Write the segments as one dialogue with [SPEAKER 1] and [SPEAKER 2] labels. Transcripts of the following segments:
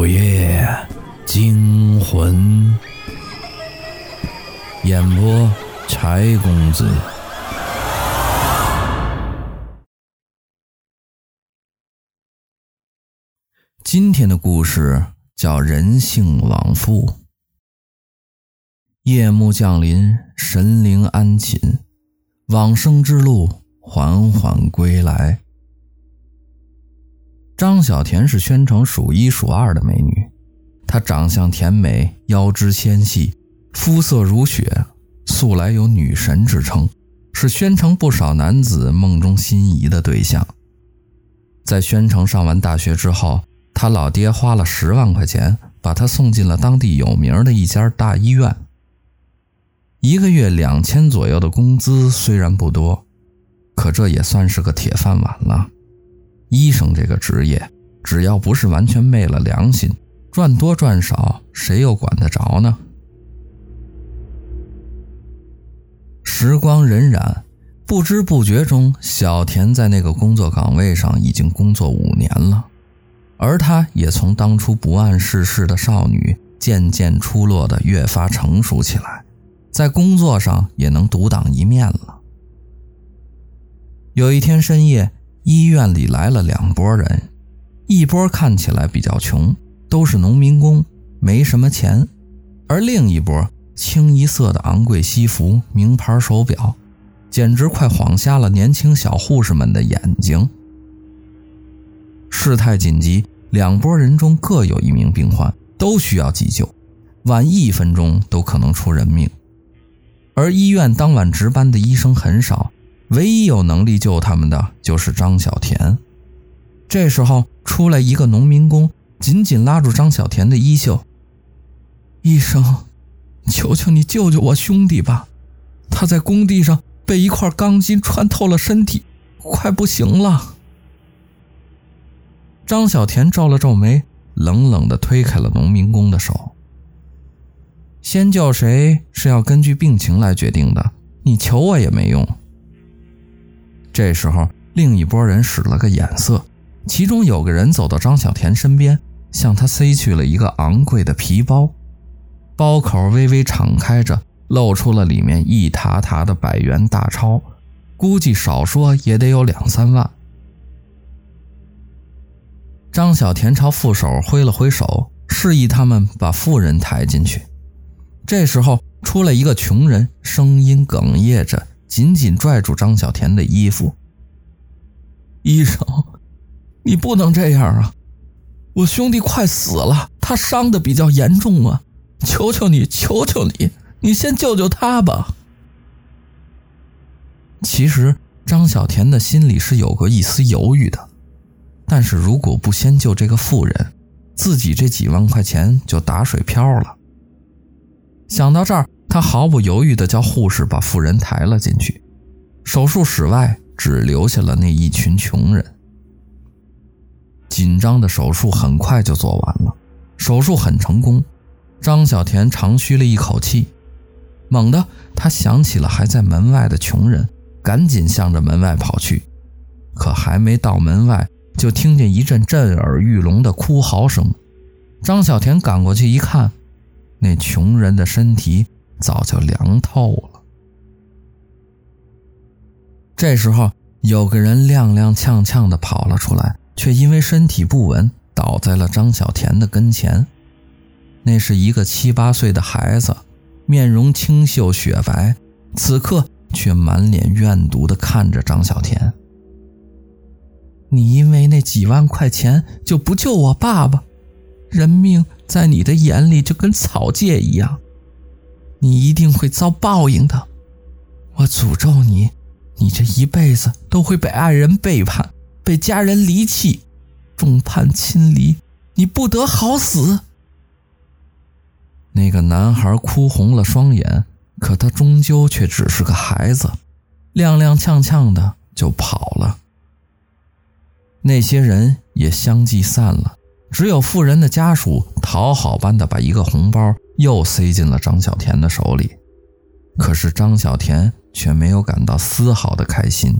[SPEAKER 1] 午夜惊魂，演播柴公子。今天的故事叫人性往复。夜幕降临，神灵安寝，往生之路缓缓归来。张小田是宣城数一数二的美女，她长相甜美，腰肢纤细，肤色如雪，素来有女神之称，是宣城不少男子梦中心仪的对象。在宣城上完大学之后，他老爹花了10万块钱把他送进了当地有名的一家大医院。一个月2000左右的工资虽然不多，可这也算是个铁饭碗了。医生这个职业，只要不是完全昧了良心，赚多赚少谁又管得着呢？时光荏苒，不知不觉中，小田在那个工作岗位上已经工作5年了，而她也从当初不谙世事的少女渐渐出落得越发成熟起来，在工作上也能独当一面了。有一天深夜，医院里来了2拨人，一波看起来比较穷，都是农民工，没什么钱，而另一波清一色的昂贵西服、名牌手表，简直快晃瞎了年轻小护士们的眼睛。事态紧急，2拨人中各有1名病患，都需要急救，晚1分钟都可能出人命。而医院当晚值班的医生很少，唯一有能力救他们的就是张小田。这时候出来一个农民工，紧紧拉住张小田的衣袖：“医生，求求你救救我兄弟吧，他在工地上被一块钢筋穿透了身体，快不行了。”张小田皱了皱眉，冷冷地推开了农民工的手：“先救谁是要根据病情来决定的，你求我也没用。”这时候另一拨人使了个眼色，其中有个人走到张小田身边，向他塞去了一个昂贵的皮包，包口微微敞开着，露出了里面一沓沓的100元大钞，估计少说也得有2-3万。张小田朝副手挥了挥手，示意他们把妇人抬进去。这时候出来一个穷人，声音哽咽着，紧紧拽住张小田的衣服：“医生，你不能这样啊！我兄弟快死了，他伤得比较严重啊！求求你，求求你，你先救救他吧！”其实张小田的心里是有过一丝犹豫的，但是如果不先救这个妇人，自己这几万块钱就打水漂了。想到这儿，他毫不犹豫地叫护士把妇人抬了进去。手术室外只留下了那一群穷人。紧张的手术很快就做完了，手术很成功。张小田长吁了一口气，猛地他想起了还在门外的穷人，赶紧向着门外跑去。可还没到门外，就听见一阵震耳欲聋的哭嚎声。张小田赶过去一看，那穷人的身体早就凉透了。这时候有个人踉踉跄跄地跑了出来，却因为身体不稳倒在了张小田的跟前。那是一个7、8岁的孩子，面容清秀雪白，此刻却满脸怨毒地看着张小田：“你因为那几万块钱就不救我爸爸，人命在你的眼里就跟草芥一样，你一定会遭报应的。我诅咒你，你这一辈子都会被爱人背叛，被家人离弃，众叛亲离，你不得好死。”那个男孩哭红了双眼，可他终究却只是个孩子，踉踉跄跄的就跑了。那些人也相继散了，只有妇人的家属讨好般的把一个红包又塞进了张小田的手里。可是张小田却没有感到丝毫的开心。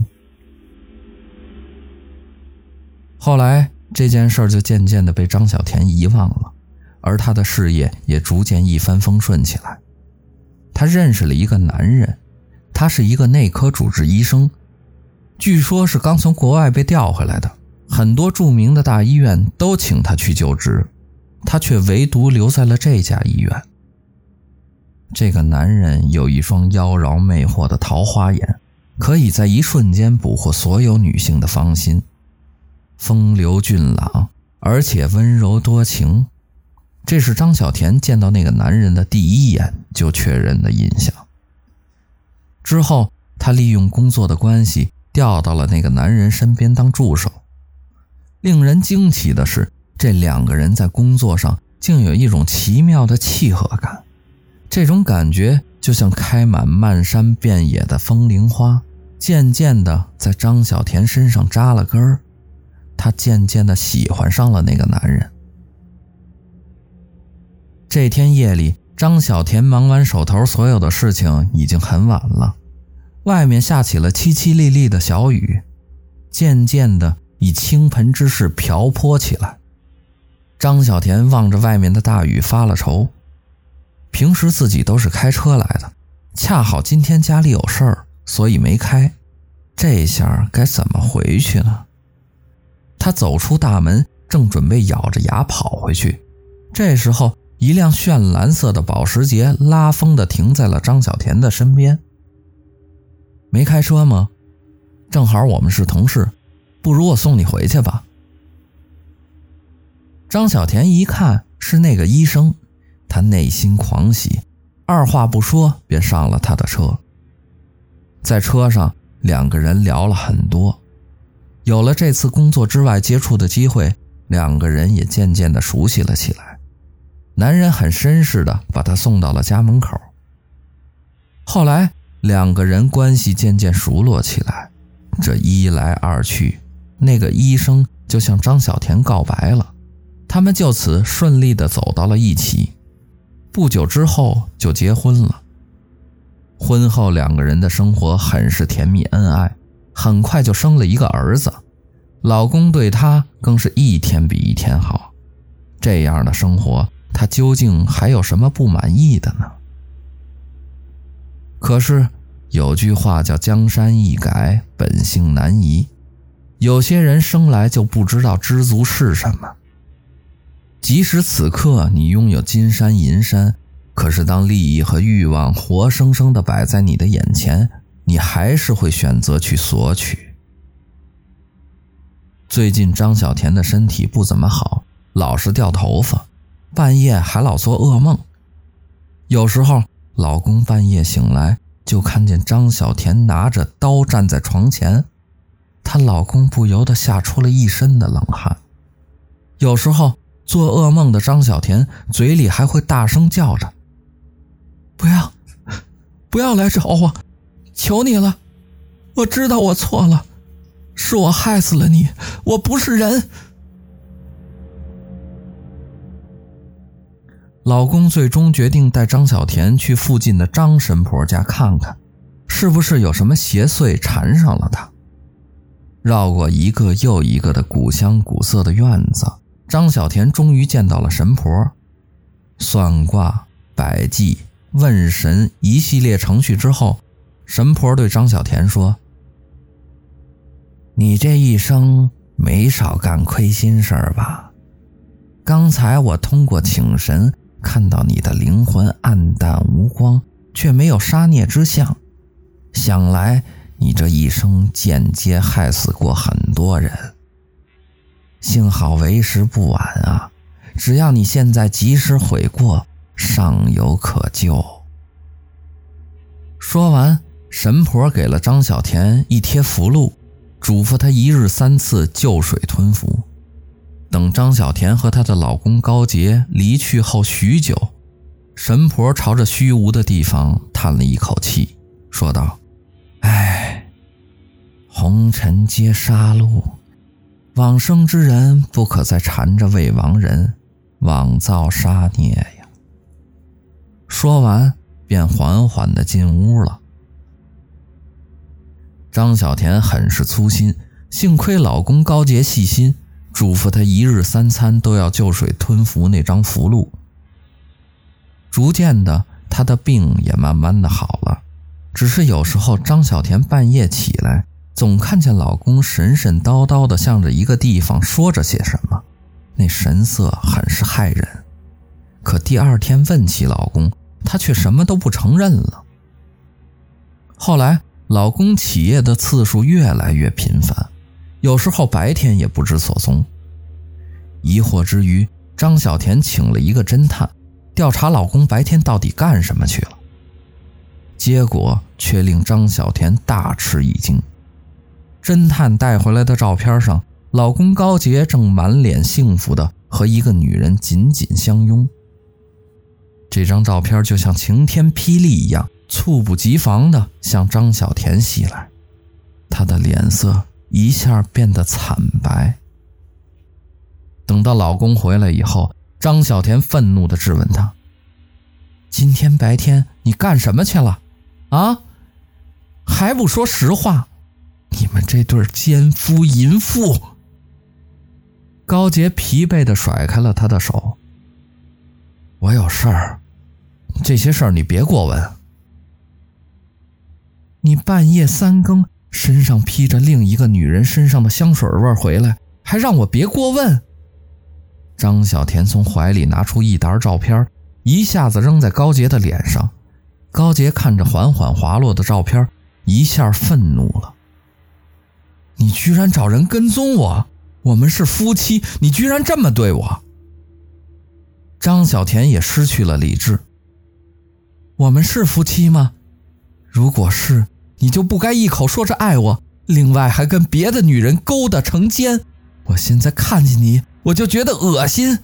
[SPEAKER 1] 后来这件事就渐渐地被张小田遗忘了。 而她的事业也逐渐一帆风顺起来。她认识了一个男人，他是一个内科主治医生，据说是刚从国外被调回来的，很多著名的大医院都请他去就职，他却唯独留在了这家医院。这个男人有一双妖娆魅惑的桃花眼，可以在一瞬间捕获所有女性的芳心，风流俊朗，而且温柔多情。这是张小田见到那个男人的第一眼就确认的印象。之后他利用工作的关系调到了那个男人身边当助手。令人惊奇的是，这两个人在工作上竟有一种奇妙的契合感，这种感觉就像开满漫山遍野的风铃花，渐渐地在张小田身上扎了根儿。他渐渐地喜欢上了那个男人。这天夜里，张小田忙完手头所有的事情，已经很晚了。外面下起了淅淅沥沥的小雨，渐渐地以倾盆之势瓢泼起来。张小田望着外面的大雨发了愁，平时自己都是开车来的，恰好今天家里有事儿，所以没开，这下该怎么回去呢？他走出大门，正准备咬着牙跑回去，这时候一辆炫蓝色的保时捷拉风地停在了张小田的身边。没开车吗？正好我们是同事，不如我送你回去吧。张小田一看是那个医生，他内心狂喜，二话不说便上了他的车。在车上，两个人聊了很多，有了这次工作之外接触的机会，两个人也渐渐地熟悉了起来。男人很绅士地把他送到了家门口。后来两个人关系渐渐熟络起来，这一来二去，那个医生就向张小田告白了，他们就此顺利地走到了一起，不久之后就结婚了。婚后两个人的生活很是甜蜜恩爱，很快就生了一个儿子，老公对她更是一天比一天好。这样的生活，她究竟还有什么不满意的呢？可是有句话叫江山易改，本性难移，有些人生来就不知道知足是什么。即使此刻你拥有金山银山，可是当利益和欲望活生生地摆在你的眼前，你还是会选择去索取。最近张小田的身体不怎么好，老是掉头发，半夜还老做噩梦。有时候老公半夜醒来，就看见张小田拿着刀站在床前，她老公不由得吓出了一身的冷汗。有时候做噩梦的张小田嘴里还会大声叫着：不要来找我，求你了，我知道我错了，是我害死了你，我不是人。老公最终决定带张小田去附近的张神婆家看看，是不是有什么邪祟缠上了他。绕过一个又一个的古香古色的院子，张小田终于见到了神婆。算卦、摆祭、问神一系列程序之后，神婆对张小田说：你这一生没少干亏心事儿吧？刚才我通过请神看到你的灵魂暗淡无光，却没有杀孽之相，想来你这一生间接害死过很多人。幸好为时不晚啊，只要你现在及时悔过，尚有可救。说完，神婆给了张小田一贴符箓，嘱咐他一日3次就水吞服。等张小田和她的老公高杰离去后许久，神婆朝着虚无的地方叹了一口气，说道：唉，红尘皆杀戮，往生之人不可再缠着未亡人，枉造杀孽呀。说完便缓缓地进屋了。张小田很是粗心，幸亏老公高杰细心，嘱咐她一日3餐都要就水吞服那张符箓。 逐渐的，他的病也慢慢的好了。只是有时候张小田半夜起来，总看见老公神神叨叨地向着一个地方说着些什么，那神色很是骇人。可第二天问起老公，他却什么都不承认了。后来老公起夜的次数越来越频繁，有时候白天也不知所踪。疑惑之余，张小田请了一个侦探，调查老公白天到底干什么去了。结果却令张小田大吃一惊。侦探带回来的照片上，老公高杰正满脸幸福的和一个女人紧紧相拥。这张照片就像晴天霹雳一样，猝不及防地向张小田袭来，他的脸色一下变得惨白。等到老公回来以后，张小田愤怒地质问他：今天白天你干什么去了？啊？还不说实话！你们这对奸夫淫妇！高杰疲惫地甩开了他的手。我有事儿，这些事儿你别过问。你半夜3更身上披着另一个女人身上的香水味回来，还让我别过问？张小田从怀里拿出一沓照片，一下子扔在高杰的脸上。高杰看着缓缓滑落的照片，一下愤怒了。你居然找人跟踪我，我们是夫妻，你居然这么对我！张小田也失去了理智。我们是夫妻吗？如果是，你就不该一口说着爱我，另外还跟别的女人勾搭成奸。我现在看见你，我就觉得恶心。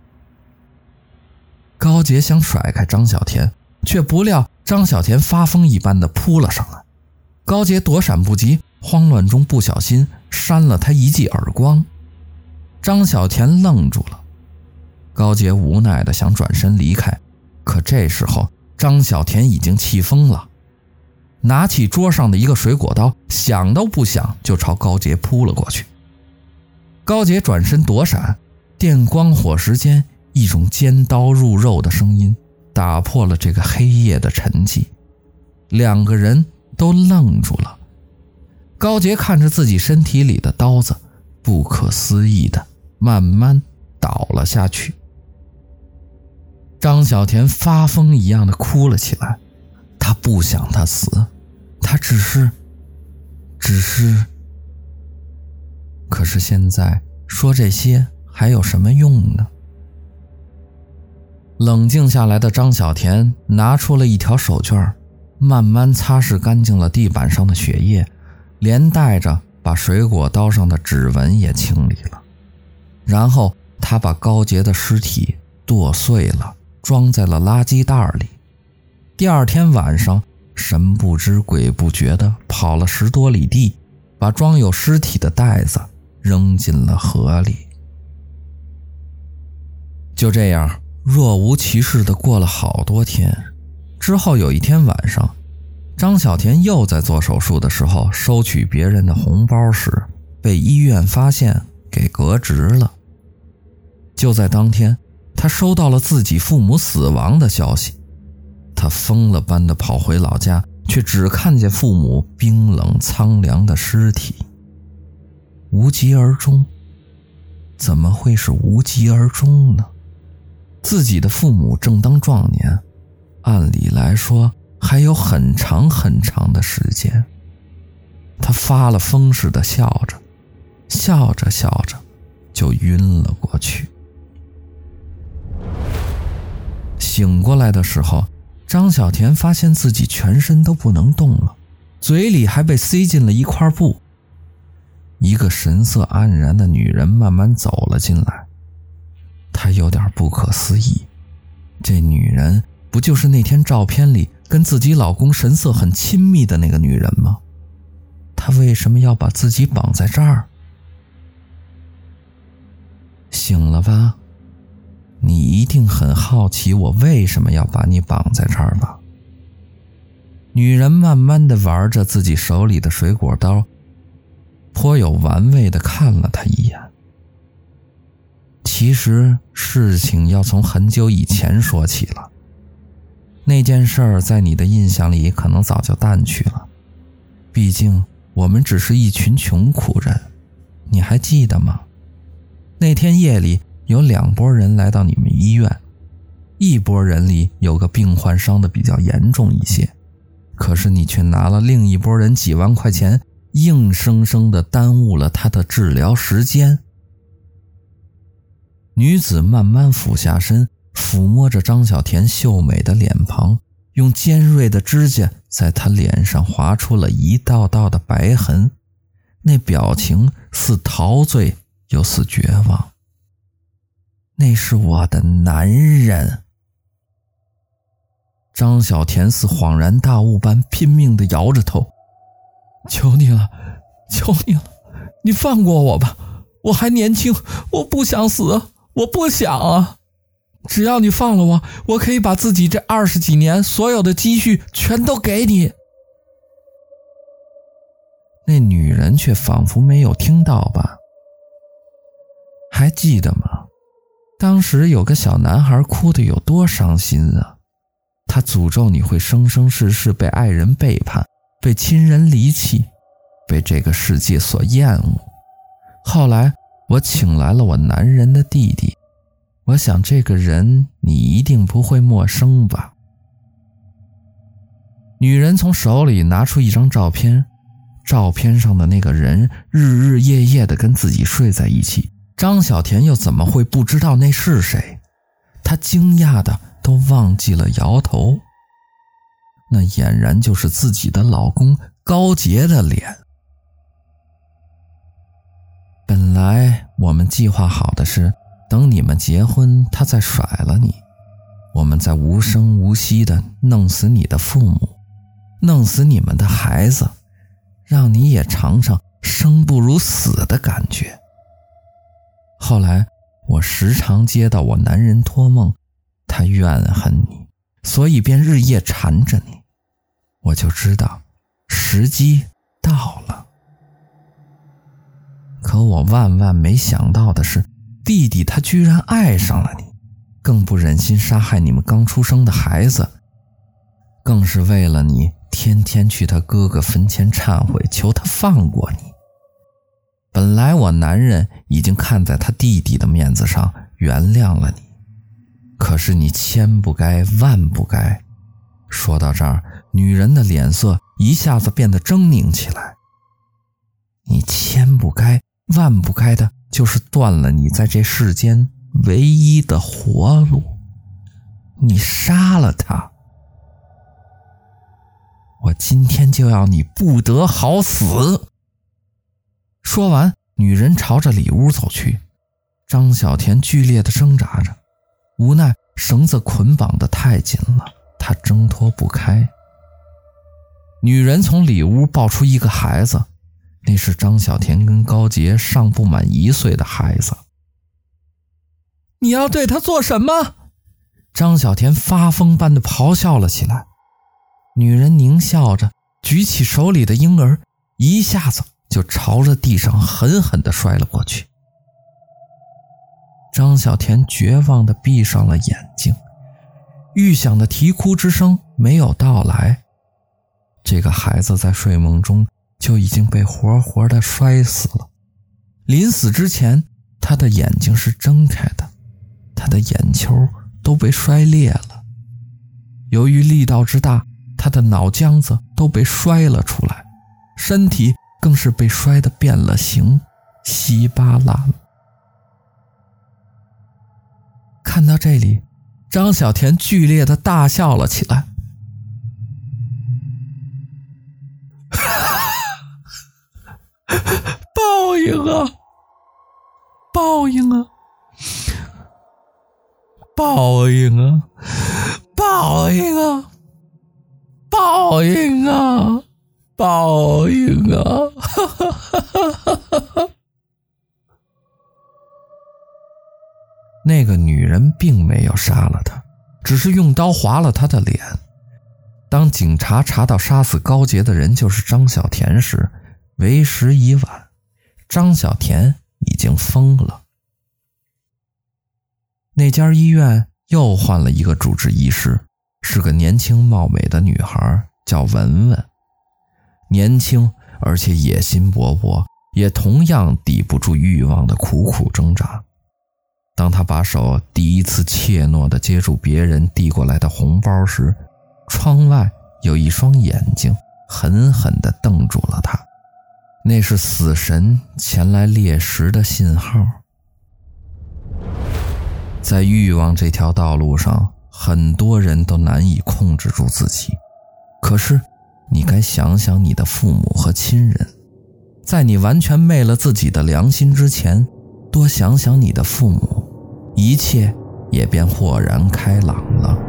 [SPEAKER 1] 高杰想甩开张小田，却不料张小田发疯一般的扑了上来。高杰躲闪不及，慌乱中不小心扇了他一记耳光。张小田愣住了。高杰无奈的想转身离开，可这时候张小田已经气疯了，拿起桌上的一个水果刀，想都不想就朝高杰扑了过去。高杰转身躲闪，电光火石间，一种尖刀入肉的声音打破了这个黑夜的沉寂。两个人都愣住了。高杰看着自己身体里的刀子，不可思议的慢慢倒了下去。张小田发疯一样的哭了起来，他不想他死，他只是……可是现在说这些还有什么用呢？冷静下来的张小田拿出了一条手绢，慢慢擦拭干净了地板上的血液，连带着把水果刀上的指纹也清理了。然后他把高杰的尸体剁碎了，装在了垃圾袋里。第二天晚上，神不知鬼不觉地跑了10多里地，把装有尸体的袋子扔进了河里。就这样若无其事地过了好多天。之后有一天晚上，张小田又在做手术的时候收取别人的红包时，被医院发现给革职了。就在当天，他收到了自己父母死亡的消息。他疯了般地跑回老家，却只看见父母冰冷苍凉的尸体。无疾而终。怎么会是无疾而终呢？自己的父母正当壮年，按理来说还有很长很长的时间。他发了疯似的笑着，笑着笑着就晕了过去。醒过来的时候，张小田发现自己全身都不能动了，嘴里还被塞进了一块布。一个神色黯然的女人慢慢走了进来，她有点不可思议，这女人不就是那天照片里跟自己老公神色很亲密的那个女人吗？她为什么要把自己绑在这儿？醒了吧？你一定很好奇我为什么要把你绑在这儿吧？女人慢慢地玩着自己手里的水果刀，颇有玩味地看了他一眼。其实事情要从很久以前说起了。 那件事儿在你的印象里可能早就淡去了，毕竟我们只是一群穷苦人，你还记得吗？那天夜里有2拨人来到你们医院，一拨人里有个病患伤得比较严重一些，可是你却拿了另一拨人几万块钱，硬生生地耽误了他的治疗时间。女子慢慢俯下身，抚摸着张小田秀美的脸庞，用尖锐的指甲在他脸上划出了一道道的白痕，那表情似陶醉又似绝望。那是我的男人。张小田似恍然大悟般拼命地摇着头，求你了，求你了，你放过我吧，我还年轻，我不想死，我不想啊！只要你放了我，我可以把自己这20几年所有的积蓄全都给你。那女人却仿佛没有听到吧。还记得吗？当时有个小男孩哭得有多伤心啊！他诅咒你会生生世世被爱人背叛，被亲人离弃，被这个世界所厌恶。后来我请来了我男人的弟弟，我想这个人你一定不会陌生吧。女人从手里拿出一张照片，照片上的那个人日日夜夜地跟自己睡在一起，张小田又怎么会不知道那是谁？他惊讶的都忘记了摇头。那俨然就是自己的老公高洁的脸。本来我们计划好的是，等你们结婚，他再甩了你，我们再无声无息地弄死你的父母，弄死你们的孩子，让你也尝尝生不如死的感觉。后来我时常接到我男人托梦，他怨恨你，所以便日夜缠着你。我就知道时机到了。可我万万没想到的是，弟弟他居然爱上了你，更不忍心杀害你们刚出生的孩子，更是为了你天天去他哥哥坟前忏悔，求他放过你。本来我男人已经看在他弟弟的面子上原谅了你，可是你千不该万不该。说到这儿，女人的脸色一下子变得狰狞起来。你千不该万不该的，就是断了你在这世间唯一的活路。你杀了他，我今天就要你不得好死。说完，女人朝着里屋走去。张小田剧烈地挣扎着，无奈绳子捆绑得太紧了，他挣脱不开。女人从里屋抱出一个孩子，那是张小田跟高洁尚不满1岁的孩子。你要对他做什么？张小田发疯般地咆哮了起来。女人狞笑着举起手里的婴儿，一下子就朝着地上狠狠地摔了过去。张小田绝望地闭上了眼睛，预想的啼哭之声没有到来。这个孩子在睡梦中就已经被活活地摔死了。临死之前，他的眼睛是睁开的，他的眼球都被摔裂了。由于力道之大，他的脑浆子都被摔了出来，身体更是被摔得变了形，稀巴烂了。看到这里，张小田剧烈地大笑了起来。报应啊，报应啊，报应啊，报应啊，报应啊，报应啊！那个女人并没有杀了他，只是用刀划了他的脸。当警察查到杀死高洁的人就是张小田时，为时已晚，张小田已经疯了。那家医院又换了一个主治医师， 是个年轻貌美的女孩，叫文文。年轻而且野心勃勃，也同样抵不住欲望的苦苦挣扎。当她把手第一次怯懦地接住别人递过来的红包时，窗外有一双眼睛狠狠地瞪住了她，那是死神前来猎食的信号。在欲望这条道路上，很多人都难以控制住自己，可是你该想想你的父母和亲人，在你完全昧了自己的良心之前，多想想你的父母，一切也便豁然开朗了。